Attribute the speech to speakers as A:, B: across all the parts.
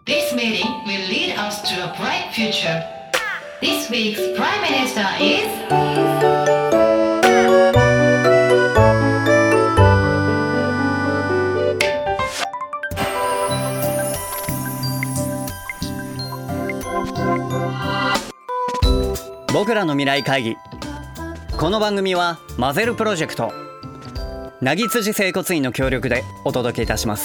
A: This meeting will lead us to a bright future. This week's Prime Minister is...
B: 僕らの未来会議。この番組はマゼルプロジェクトなぎ辻整骨院の協力でお届けいたします。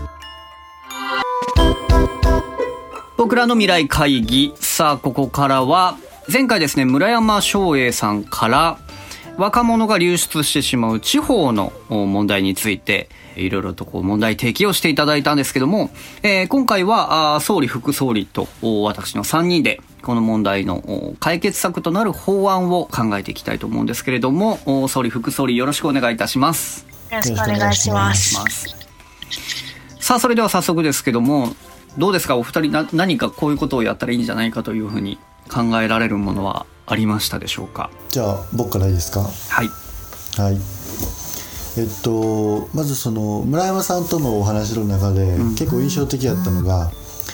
B: 僕らの未来会議。さあここからは前回ですね、村山翔英さんから若者が流出してしまう地方の問題についていろいろと問題提起をしていただいたんですけども、今回は総理副総理と私の3人でこの問題の解決策となる法案を考えていきたいと思うんですけれども、総理副総理よろしくお願いいたします。
C: よろしくお願いします。
B: さあそれでは早速ですけども、どうですかお二人、何かこういうことをやったらいいんじゃないかというふうに考えられるものはありましたでしょうか。
D: じゃあ僕からいいですか。
B: はい、
D: はい。まずその村山さんとのお話の中で結構印象的だったのが、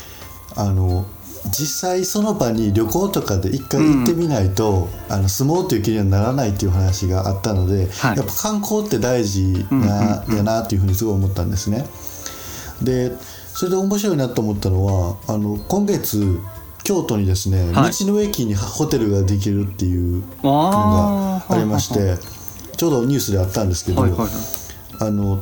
D: 実際その場に旅行とかで一回行ってみないと、住もうという気にはならないっていう話があったので、
B: はい、
D: やっぱ観光って大事やなっていうふうにすごい思ったんですね。でそれで面白いなと思ったのは今月京都にですね、
B: はい、
D: 道の駅にホテルができるっていうのがありまして、ちょうどニュースであったんですけど、はいはいはい、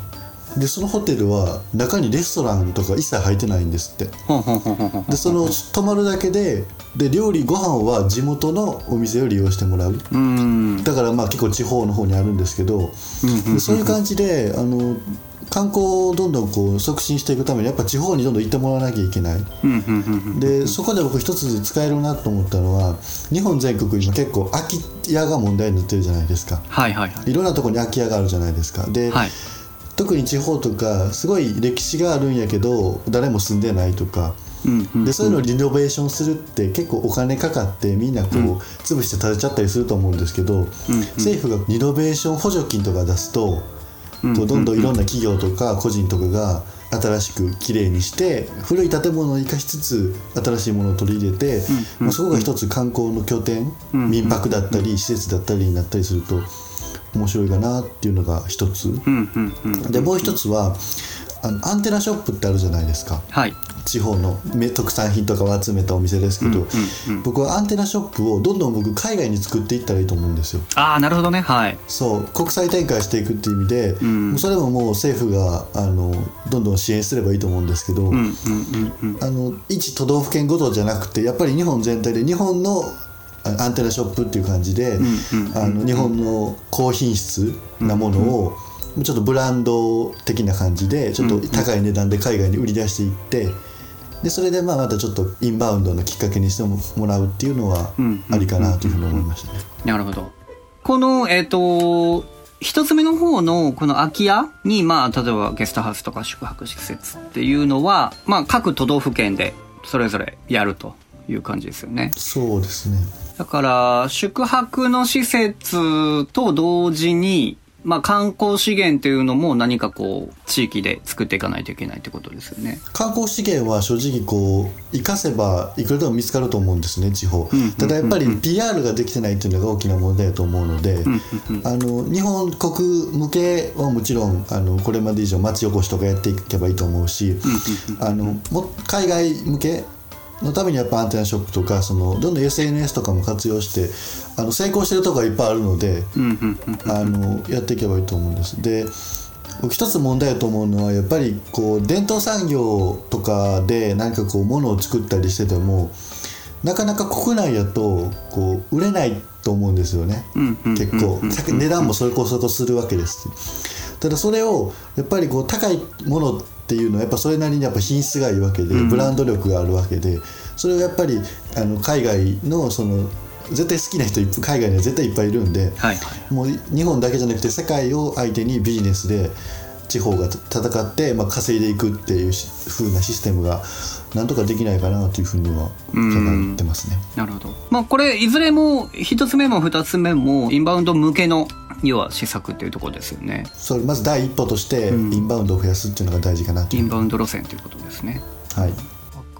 D: でそのホテルは中にレストランとか一切入ってないんですって。でその泊まるだけで料理ご飯は地元のお店を利用してもらう。だからまあ結構地方の方にあるんですけど、でそういう感じで観光をどんどん促進していくためにやっぱ地方にどんどん行ってもらわなきゃいけない。でそこで僕一つ使えるなと思ったのは、日本全国今結構空き家が問題になってるじゃないですか。いろんなところに空き家があるじゃないですか。で、はい、特に地方とかすごい歴史があるんやけど誰も住んでないとか、でそういうのをリノベーションするって結構お金かかってみんな潰して建てちゃったりすると思うんですけど、政府がリノベーション補助金とか出すとどんどんいろんな企業とか個人とかが新しくきれいにして古い建物を生かしつつ新しいものを取り入れて、そこが一つ観光の拠点、民泊だったり施設だったりになったりすると面白いかなっていうのが一つ。でもう一つはアンテナショップってあるじゃないですか。はい、地方の特産品とかを集めたお店ですけど、僕はアンテナショップをどんどん海外に作っていったらいいと思うんですよ。
B: ああ、なるほどね。はい。
D: そう国際展開していくっていう意味で、それももう政府がどんどん支援すればいいと思うんですけど、一都道府県ごとじゃなくてやっぱり日本全体で日本のアンテナショップっていう感じで、日本の高品質なものをちょっとブランド的な感じでちょっと高い値段で海外に売り出していって、でそれでまたちょっとインバウンドのきっかけにしてもらうっていうのはありかなというふうに思いましたね。
B: なるほど。この一つ目の方のこの空き家に例えばゲストハウスとか宿泊施設っていうのは各都道府県でそれぞれやるという感じですよね。
D: そうですね。
B: だから宿泊の施設と同時に観光資源っていうのも何か地域で作っていかないといけないってことですよね。
D: 観光資源は正直生かせばいくらでも見つかると思うんですね、地方。ただやっぱり PR ができてないっていうのが大きな問題だと思うので、日本国向けはもちろんこれまで以上町おこしとかやっていけばいいと思うし、海外向けのためにやっぱアンテナショップとかどんどん SNS とかも活用して成功してるところがいっぱいあるのでやっていけばいいと思うんです。で一つ問題だと思うのはやっぱり伝統産業とかで何か物を作ったりしててもなかなか国内やと売れないと思うんですよね。結構値段もそこそこするわけです。ただそれをやっぱり高いものっていうのはやっぱそれなりにやっぱ品質がいいわけでブランド力があるわけで、それをやっぱり海外の絶対好きな人海外には絶対いっぱいいるんで、もう日本だけじゃなくて世界を相手にビジネスで地方が戦って稼いでいくっていう風なシステムがなんとかできないかなというふうには考えてますね。
B: なるほど。これいずれも一つ目も二つ目もインバウンド向けの要は施策っていうところですよね。
D: それまず第一歩としてインバウンドを増やすっていうのが大事かなという、
B: インバウンド路線ということですね。
D: はい。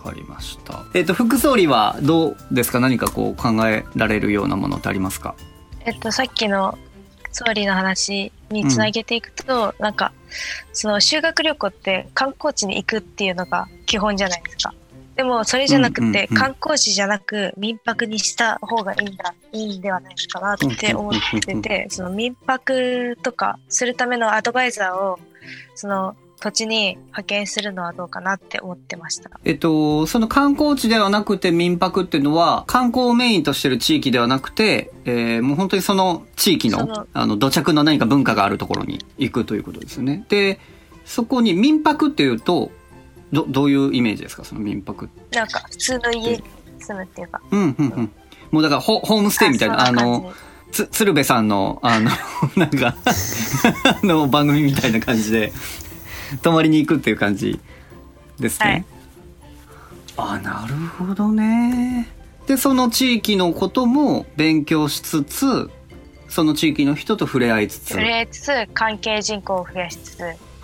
B: かりました。副総理はどうですか？何かこう考えられるようなものってありますか？
C: さっきの総理の話につなげていくと、なんかその修学旅行って観光地に行くっていうのが基本じゃないですか。でもそれじゃなくて、観光地じゃなく民泊にした方がいいんではないかなって思ってて、その民泊とかするためのアドバイザーをその土地に派遣するのはどうかなって思ってました。
B: その観光地ではなくて民泊っていうのは観光をメインとしてる地域ではなくて、もう本当にその地域の土着の何か文化があるところに行くということですよね。で、そこに民泊っていうとどういうイメージですか？その民泊
C: なんか普通の家に住むっていうか、
B: もうだからホームステイみたいな、鶴瓶さんのなんか番組みたいな感じで泊まりに行くっていう感じですね。はい、なるほどね。でその地域のことも勉強しつつ、その地域の人と触れ合いつつ
C: 関係人口を増やしつつ、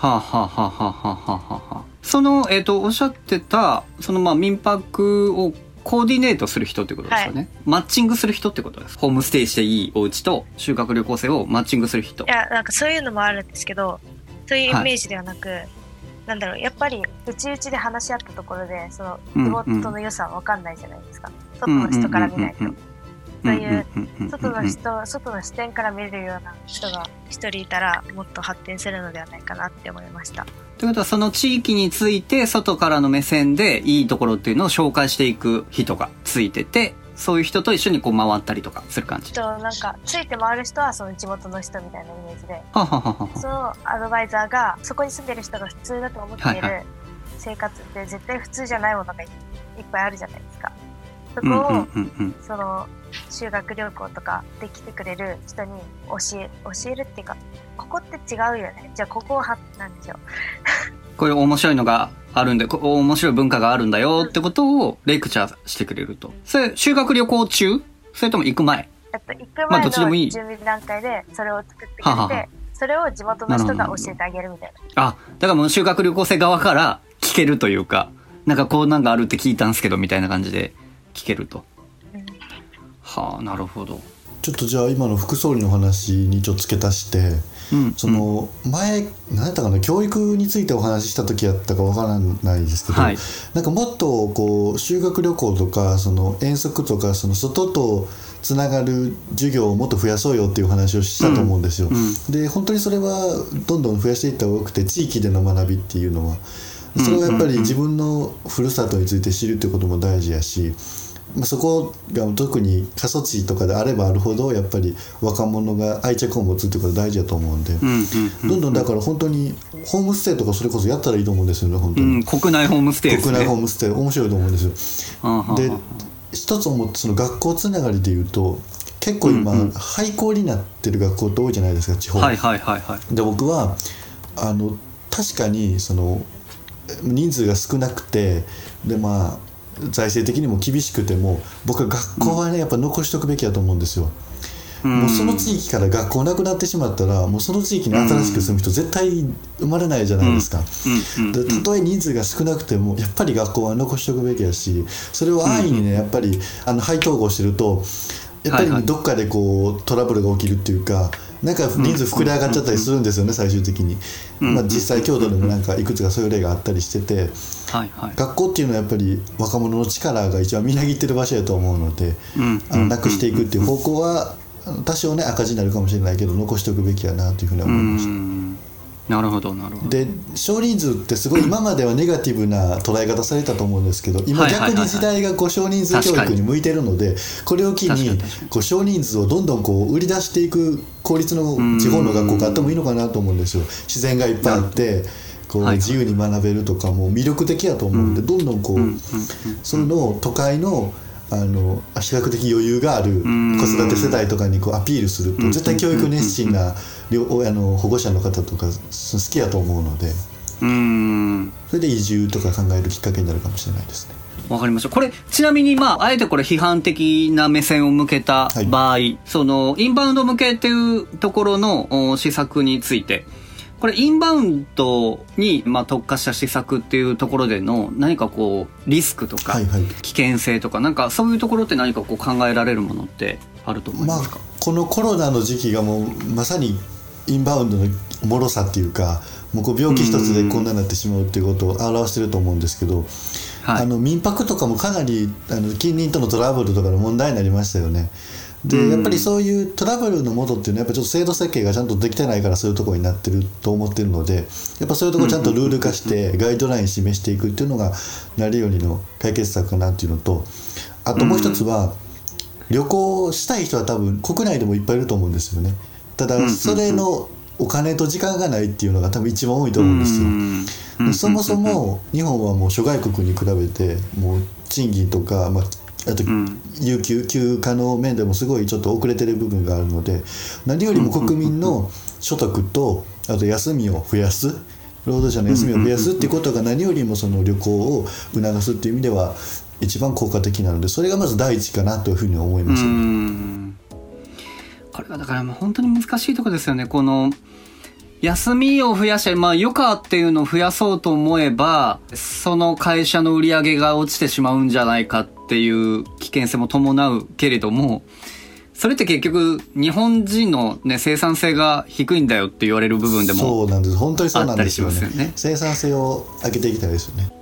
B: そのおっしゃってたその民泊をコーディネートする人ってことですよね。マッチングする人ってことです。ホームステイしていいお家と修学旅行生をマッチングする人。
C: いや、なんかそういうのもあるんですけど、そういうイメージではなく、なんだろう、やっぱりうちで話し合ったところでその地元の良さは分かんないじゃないですか、外の人から見ないと。そういう外の視点から見れるような人が一人いたらもっと発展するのではないかなって思いました。
B: ということはその地域について外からの目線でいいところっていうのを紹介していく人がついてて、そういう人と一緒にこう回ったりとかする感じ。
C: なんかついて回る人はその地元の人みたいなイメージで、そのアドバイザーがそこに住んでる人が普通だと思っている生活って絶対普通じゃないものがいっぱいあるじゃないですか。そこをその修学旅行とかで来てくれる人に教えるっていうか、ここって違うよね、じゃあここはなんでしょう
B: こういう面白いのがあるんで、面白い文化があるんだよってことをレクチャーしてくれると。それ修学旅行中？それとも行く前？
C: 行く前の準備段階でそれを作ってくれて、それを地元の人が教えてあげるみたいな。
B: だからもう修学旅行生側から聞けるというか、なんかこうなんかあるって聞いたんですけどみたいな感じで聞けると。なるほど。
D: ちょっとじゃあ今の副総理の話にちょっと付け足して、その前何やったかな、教育についてお話しした時やったかわからないですけど、なんかもっとこう修学旅行とかその遠足とかその外とつながる授業をもっと増やそうよっていう話をしたと思うんですよ。で本当にそれはどんどん増やしていった方がよくて、地域での学びっていうのはそれはやっぱり自分のふるさとについて知るってことも大事やし、そこが特に過疎地とかであればあるほどやっぱり若者が愛着を持つってことが大事だと思うんで、どんどんだから本当にホームステイとかそれこそやったらいいと思うんですよね。本当に、
B: 国内ホームステイですね。
D: 国内ホームステイ面白いと思うんですよ。で一つ思って、その学校つながりでいうと結構今、廃校になってる学校って多いじゃないですか、地方。で僕は確かにその人数が少なくて、で財政的にも厳しくても、僕は学校はねやっぱ残しとくべきだと思うんですよ。もうその地域から学校なくなってしまったら、もうその地域に新しく住む人絶対生まれないじゃないですか。でたとえ人数が少なくてもやっぱり学校は残しとくべきだし、それを安易にねやっぱり廃統合してるとやっぱりどっかでこうトラブルが起きるっていうか、なんか人数膨れ上がっちゃったりするんですよね、最終的に。実際京都でもなんかいくつかそういう例があったりしてて、学校っていうのはやっぱり若者の力が一番みなぎってる場所だと思うので、なくしていくっていう方向は多少ね赤字になるかもしれないけど残しておくべきやなというふうに思いました。
B: なるほどなるほど。
D: で少人数ってすごい今まではネガティブな捉え方されたと思うんですけど、今逆に時代がこう少人数教育に向いてるので、これを機にこう少人数をどんどんこう売り出していく公立の地方の学校があってもいいのかなと思うんですよ。自然がいっぱいあってこう自由に学べるとかも魅力的やと思うんで、どんどんこうその都会の比較的余裕がある子育て世代とかにこうアピールすると、絶対教育熱心な保護者の方とか好きやと思うので、それで移住とか考えるきっかけになるかもしれないですね。
B: わかりました。これちなみにあえてこれ批判的な目線を向けた場合、そのインバウンド向けっていうところの施策についてこれインバウンドに特化した施策っていうところでの何かこうリスクとか危険性とか、なんかそういうところって何かこう考えられるものってあると思いますか？
D: このコロナの時期がもうまさにインバウンドの脆さっていうか、もうこう病気一つでこんなになってしまうっていうことを表してると思うんですけど、民泊とかもかなり近隣とのトラブルとかの問題になりましたよね。でやっぱりそういうトラブルの元っていうのはやっぱちょっと制度設計がちゃんとできてないからそういうところになってると思ってるので、やっぱそういうところちゃんとルール化してガイドライン示していくっていうのがなりよりの解決策かなっていうのと、あともう一つは旅行したい人は多分国内でもいっぱいいると思うんですよね。ただそれのお金と時間がないっていうのが多分一番多いと思うんですよ。そもそも日本はもう諸外国に比べてもう賃金とか、あと有給休暇の面でもすごいちょっと遅れてる部分があるので、何よりも国民の所得とあと休みを増やす、労働者の休みを増やすっていうことが何よりもその旅行を促すっていう意味では一番効果的なので、それがまず第一かなというふうに思います。
B: これはだから本当に難しいところですよね。この休みを増やして、余暇っていうのを増やそうと思えば、その会社の売り上げが落ちてしまうんじゃないかっていう危険性も伴うけれども、それって結局日本人の、生産性が低いんだよって言われる部分でも
D: そうなんです。本当にそうなんですよね。生産性を上げていきたいですよね。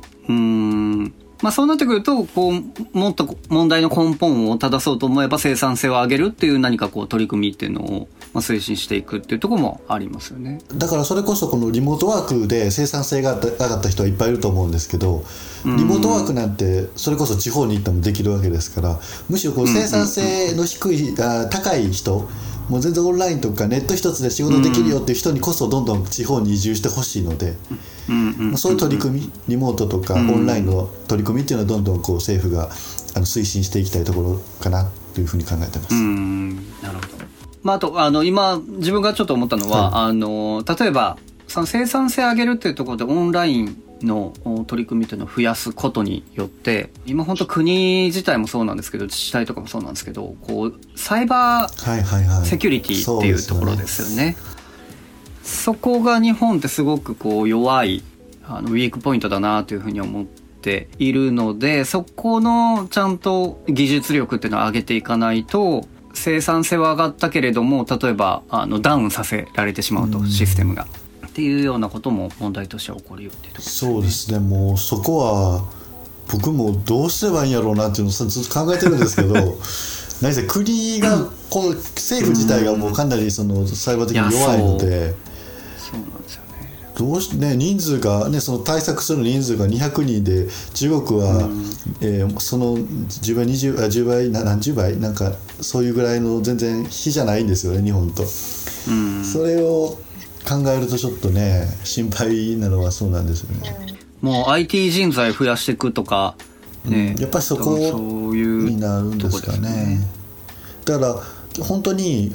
B: そうなってくるともっと問題の根本を正そうと思えば生産性を上げるっていう何か取り組みっていうのを推進していくっていうところもありますよね。
D: だからそれこそこのリモートワークで生産性が上がった人はいっぱいいると思うんですけど、リモートワークなんてそれこそ地方に行ってもできるわけですから、むしろ生産性の高い人、もう全然オンラインとかネット一つで仕事できるよっていう人にこそどんどん地方に移住してほしいので、そういう取り組み、リモートとかオンラインの取り組みっていうのはどんどん政府が推進していきたいところかなというふうに考えてます。
B: なるほど。あと今自分がちょっと思ったのは、例えばその生産性上げるっていうところでオンラインの取り組みというのを増やすことによって、今本当国自体もそうなんですけど自治体とかもそうなんですけど、サイバーセキュリティっていうところですよね。そこが日本ってすごく弱いウィークポイントだなというふうに思っているので、そこのちゃんと技術力っていうのを上げていかないと、生産性は上がったけれども例えばダウンさせられてしまうと、システムがっていうようなことも問題としては起こるよっていうところですね。
D: そうですね。もうそこは僕もどうすればいいんやろうなっていうのをずっと考えてるんですけど何せ国が政府自体がもうかなりそのサイバー的に弱いので、
B: そうなんですよね。
D: どうして人数がその対策する人数が200人で、中国はその10倍10倍何十倍なんかそういうぐらいの全然比じゃないんですよね、日本と。それを考えるとちょっと心配なのはそうなんですよね。
B: もう IT 人材増やしていくとか、
D: やっぱりそこになるんですかね。だから本当に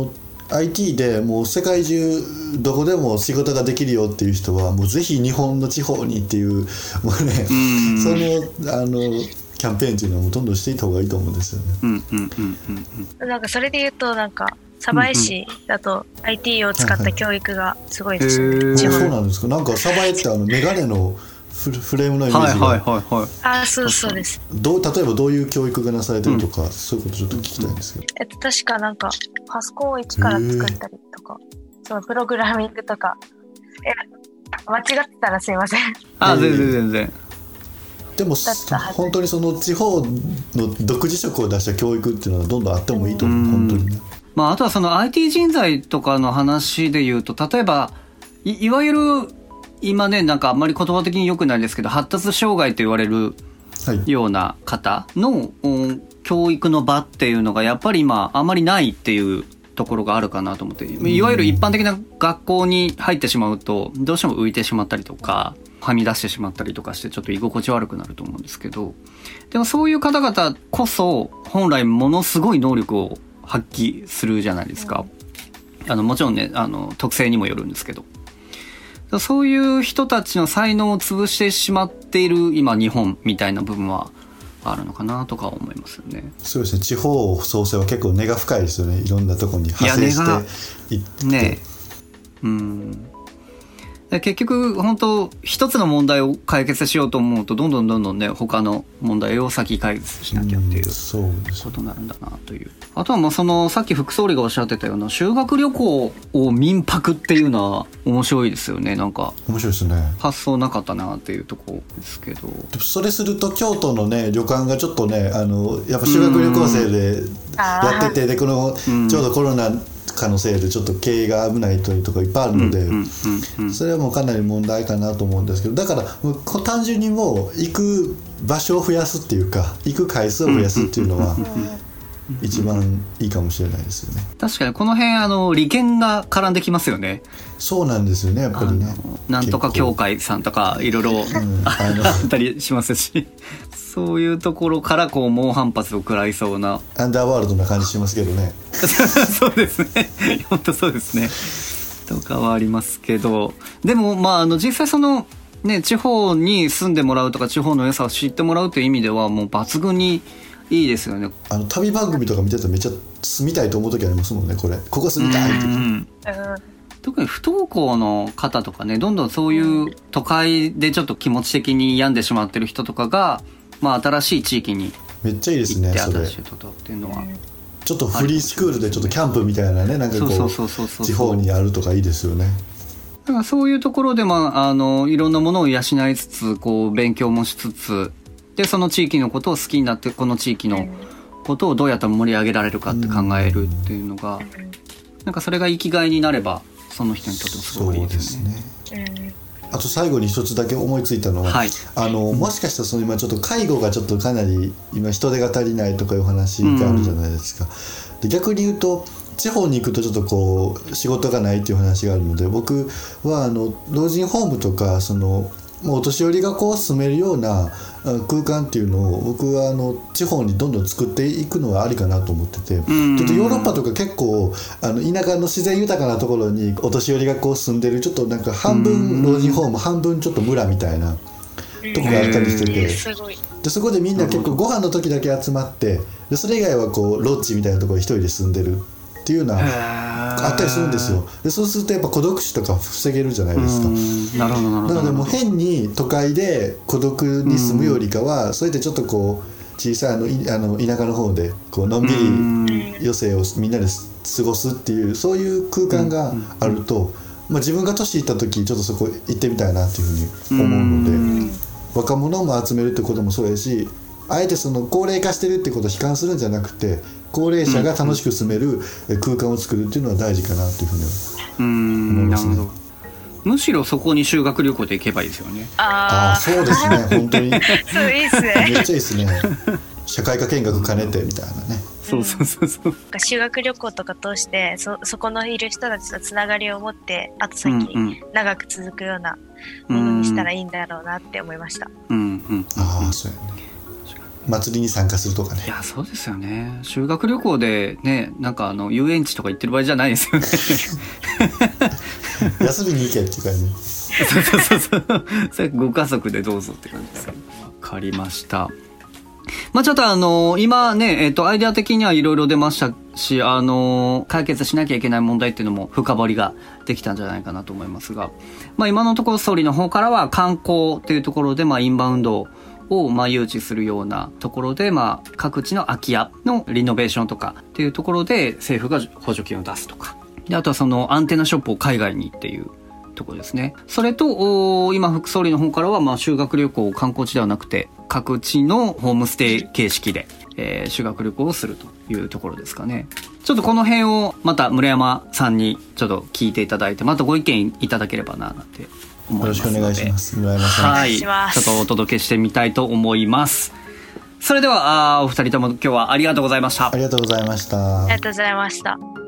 D: IT でもう世界中どこでも仕事ができるよっていう人はもうぜひ日本の地方にっていうそのキャンペーンっていうのはもうどんどんしていった方がいいと思うんですよね。
C: なんかそれで言うと鯖江市だと IT を使った教育がすごいですね。
D: そうなんですか。なんか鯖江ってメガネのフレームのイメージが、
C: そうです。
D: 例えばどういう教育がなされてるとか、そういうことちょっと聞きたいんですけど。
C: 確かパソコンを一から作ったりとか、そのプログラミングとか、間違ってたらすいません。
B: 全然。
D: でも本当にその地方の独自色を出した教育っていうのはどんどんあってもいいと思う。本当にね。
B: あとはその IT 人材とかの話で言うと、例えば いわゆる今なんかあんまり言葉的に良くないですけど、発達障害と言われるような方の教育の場っていうのがやっぱり今あんまりないっていうところがあるかなと思って、いわゆる一般的な学校に入ってしまうとどうしても浮いてしまったりとかはみ出してしまったりとかしてちょっと居心地悪くなると思うんですけど、でもそういう方々こそ本来ものすごい能力を発揮するじゃないですか。もちろんね特性にもよるんですけど、そういう人たちの才能を潰してしまっている今日本みたいな部分はあるのかなとか思いますよね。
D: そうですね。地方創生は結構根が深いですよね。いろんなところに派生していって、
B: 結局本当一つの問題を解決しようと思うとどんどんね他の問題を先解決しなきゃっていうことになるんだなという。あとはまあそのさっき副総理がおっしゃってたような修学旅行を民泊っていうのは面白いですよね。なんか
D: 面白いですね。
B: 発想なかったなっていうところですけど、
D: それすると京都のね旅館がちょっとねやっぱ修学旅行生でやってて、でこのちょうどコロナ禍のせいでちょっと経営が危ないというところいっぱいあるので、それはもうかなり問題かなと思うんですけど、だから単純にもう行く場所を増やすっていうか行く回数を増やすっていうのは一番いいかもしれないですよね。
B: 確かにこの辺利権が絡んできますよね。
D: そうなんですよね、やっぱりね。
B: なんとか協会さんとかいろいろあったりしますしそういうところからこう猛反発を食らいそうな
D: アンダーワールドな感じしますけどね
B: そうですね本当そうですねとかはありますけど、でもまあ実際そのね地方に住んでもらうとか地方の良さを知ってもらうという意味ではもう抜群にいいですよね。
D: 旅番組とか見てたらめっちゃ住みたいと思う時ありますもんね。ここ住みたいって、
B: 特に不登校の方とかね、どんどんそういう都会でちょっと気持ち的に病んでしまってる人とかが、まあ、新しい地域に
D: めっちゃいいですね。
B: 行って新しいことっていうのは
D: ちょっとフリースクールでちょっとキャンプみたいなね、なんかこう地方にあるとかいいですよね。
B: だからそういうところで、まあ、いろんなものを養いつつこう勉強もしつつでその地域のことを好きになってこの地域のことをどうやったら盛り上げられるかって考えるっていうのが、なんかそれが生きがいになればその人にとってもすごいいいですね。
D: そうですね。あと最後に一つだけ思いついたのは、はい、もしかしたらその今ちょっと介護がちょっとかなり今人手が足りないとかいう話があるじゃないですか、で逆に言うと地方に行くとちょっとこう仕事がないっていう話があるので、僕は老人ホームとかもうお年寄りがこう住めるような空間っていうのを僕は地方にどんどん作っていくのはありかなと思ってて、ちょっとヨーロッパとか結構田舎の自然豊かなところにお年寄りがこう住んでるちょっとなんか半分老人ホーム半分ちょっと村みたいなとこがあったりしてて、でそこでみんな結構ご飯の時だけ集まってでそれ以外はこうロッジみたいなところに一人で住んでるっていうのはあったりするんですよ。でそうするとやっぱ孤独死とか防げるじゃないですか。
B: なるほどなるほど。
D: なのでもう変に都会で孤独に住むよりかはそうやってちょっとこう小さい田舎の方でこうのんびり余生をみんなで過ごすっていうそういう空間があると、まあ、自分が年いった時ちょっとそこ行ってみたいなっていうふうに思うので、若者も集めるってこともそうやし、あえてその高齢化してるってことを悲観するんじゃなくて高齢者が楽しく住める空間を作るっていうのは大事かなというふうに思いますね。
B: なるほど。むしろそこに修学旅行で行けばいいですよね。
D: そうですね本当に
C: そういいですね。
D: めっちゃいいですね。社会科見学兼ねてみたいなね。
B: そう
C: 修学旅行とか通してそこのいる人たちとつながりを持って後先長く続くようなものにしたらいいんだろうなって思いました。
D: そうやね。祭りに参加するとかね。
B: いやそうですよね。修学旅行でねなんか遊園地とか行ってる場合じゃないですよね
D: 休みに行けっていう感じ。
B: そうそれご家族でどうぞって感じですね。わかりました。まあちょっと今ねアイデア的にはいろいろ出ましたし解決しなきゃいけない問題っていうのも深掘りができたんじゃないかなと思いますが、まあ今のところ総理の方からは観光っていうところでインバウンドを誘致するようなところで各地の空き家のリノベーションとかっていうところで政府が補助金を出すとかで、あとはそのアンテナショップを海外にっていうところですね。それと今副総理の方からは修学旅行を観光地ではなくて各地のホームステイ形式で、修学旅行をするというところですかね。ちょっとこの辺をまた村山さんにちょっと聞いていただいてまたご意見いただければななんて思いますので、
D: よろしくお願いします村山さん。
B: はい、ちょっとお届けしてみたいと思います。それではお二人とも今日はありがとうございました。
D: ありがとうございました。
C: ありがとうございました。